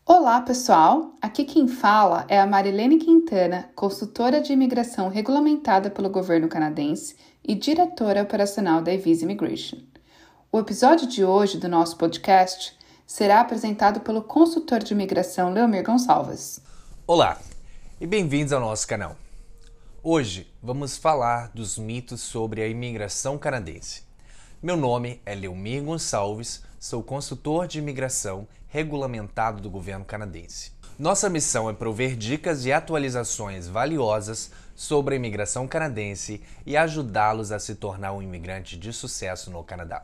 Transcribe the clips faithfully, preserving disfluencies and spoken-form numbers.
Olá, pessoal! Aqui quem fala é a Marilene Quintana, consultora de imigração regulamentada pelo governo canadense e diretora operacional da Evisa Immigration. O episódio de hoje do nosso podcast será apresentado pelo consultor de imigração Leomir Gonçalves. Olá e bem-vindos ao nosso canal. Hoje vamos falar dos mitos sobre a imigração canadense. Meu nome é Leomir Gonçalves, sou consultor de imigração regulamentado do governo canadense. Nossa missão é prover dicas e atualizações valiosas sobre a imigração canadense e ajudá-los a se tornar um imigrante de sucesso no Canadá.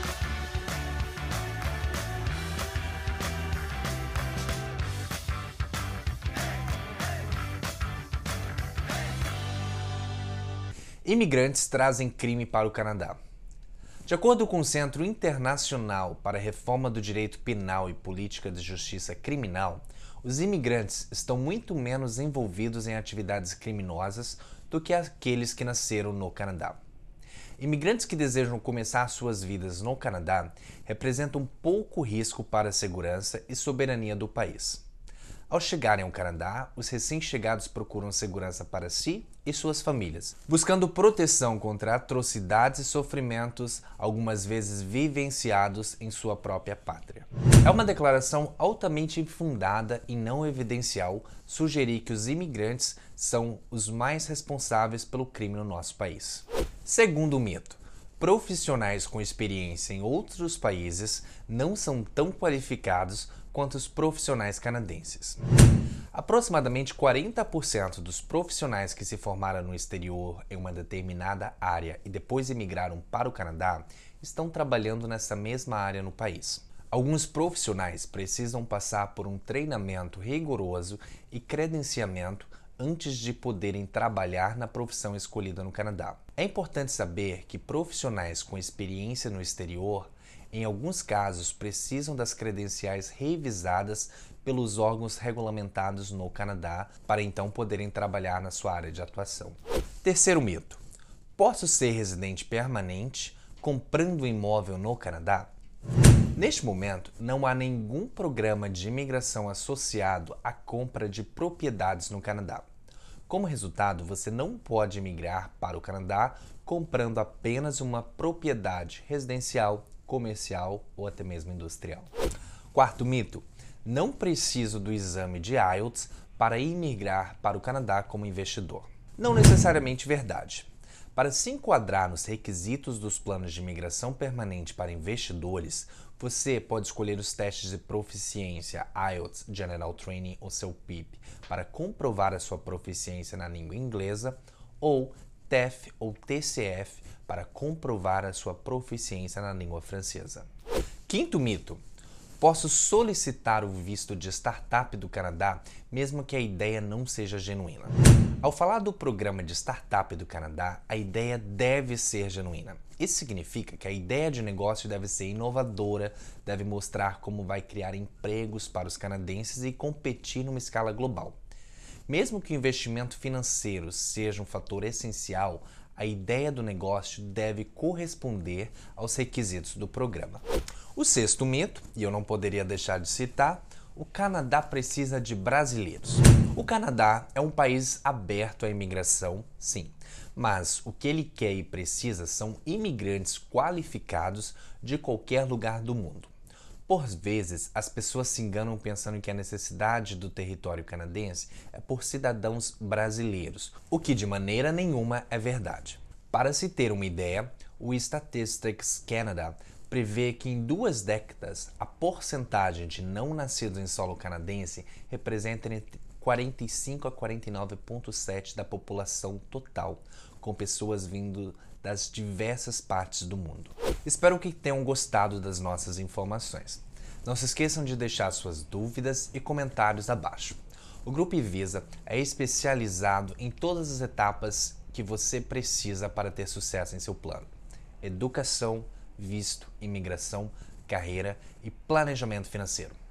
Imigrantes trazem crime para o Canadá. De acordo com o Centro Internacional para a Reforma do Direito Penal e Política de Justiça Criminal, os imigrantes estão muito menos envolvidos em atividades criminosas do que aqueles que nasceram no Canadá. Imigrantes que desejam começar suas vidas no Canadá representam pouco risco para a segurança e soberania do país. Ao chegarem ao Canadá, os recém-chegados procuram segurança para si e suas famílias, buscando proteção contra atrocidades e sofrimentos, algumas vezes vivenciados em sua própria pátria. É uma declaração altamente infundada e não evidencial sugerir que os imigrantes são os mais responsáveis pelo crime no nosso país. Segundo o mito, profissionais com experiência em outros países não são tão qualificados quanto os profissionais canadenses. Aproximadamente quarenta por cento dos profissionais que se formaram no exterior em uma determinada área e depois emigraram para o Canadá estão trabalhando nessa mesma área no país. Alguns profissionais precisam passar por um treinamento rigoroso e credenciamento antes de poderem trabalhar na profissão escolhida no Canadá. É importante saber que profissionais com experiência no exterior, em alguns casos, precisam das credenciais revisadas pelos órgãos regulamentados no Canadá para então poderem trabalhar na sua área de atuação. Terceiro mito: posso ser residente permanente comprando um imóvel no Canadá? Neste momento, não há nenhum programa de imigração associado à compra de propriedades no Canadá. Como resultado, você não pode emigrar para o Canadá comprando apenas uma propriedade residencial, comercial ou até mesmo industrial. Quarto mito: não preciso do exame de I E L T S para imigrar para o Canadá como investidor. Não necessariamente verdade. Para se enquadrar nos requisitos dos planos de imigração permanente para investidores, você pode escolher os testes de proficiência I E L T S General Training, ou seu P I P, para comprovar a sua proficiência na língua inglesa, ou T E F ou T C F para comprovar a sua proficiência na língua francesa. Quinto mito: posso solicitar o visto de startup do Canadá mesmo que a ideia não seja genuína. Ao falar do programa de startup do Canadá, a ideia deve ser genuína. Isso significa que a ideia de negócio deve ser inovadora, deve mostrar como vai criar empregos para os canadenses e competir numa escala global. Mesmo que o investimento financeiro seja um fator essencial, a ideia do negócio deve corresponder aos requisitos do programa. O sexto mito, e eu não poderia deixar de citar: o Canadá precisa de brasileiros. O Canadá é um país aberto à imigração, sim, mas o que ele quer e precisa são imigrantes qualificados de qualquer lugar do mundo. Por vezes, as pessoas se enganam pensando que a necessidade do território canadense é por cidadãos brasileiros, o que de maneira nenhuma é verdade. Para se ter uma ideia, o Statistics Canada prevê que em duas décadas a porcentagem de não nascidos em solo canadense representa entre quarenta e cinco a quarenta e nove vírgula sete da população total, com pessoas vindo das diversas partes do mundo. Espero que tenham gostado das nossas informações. Não se esqueçam de deixar suas dúvidas e comentários abaixo. O Grupo Evisa é especializado em todas as etapas que você precisa para ter sucesso em seu plano: educação, visto, imigração, carreira e planejamento financeiro.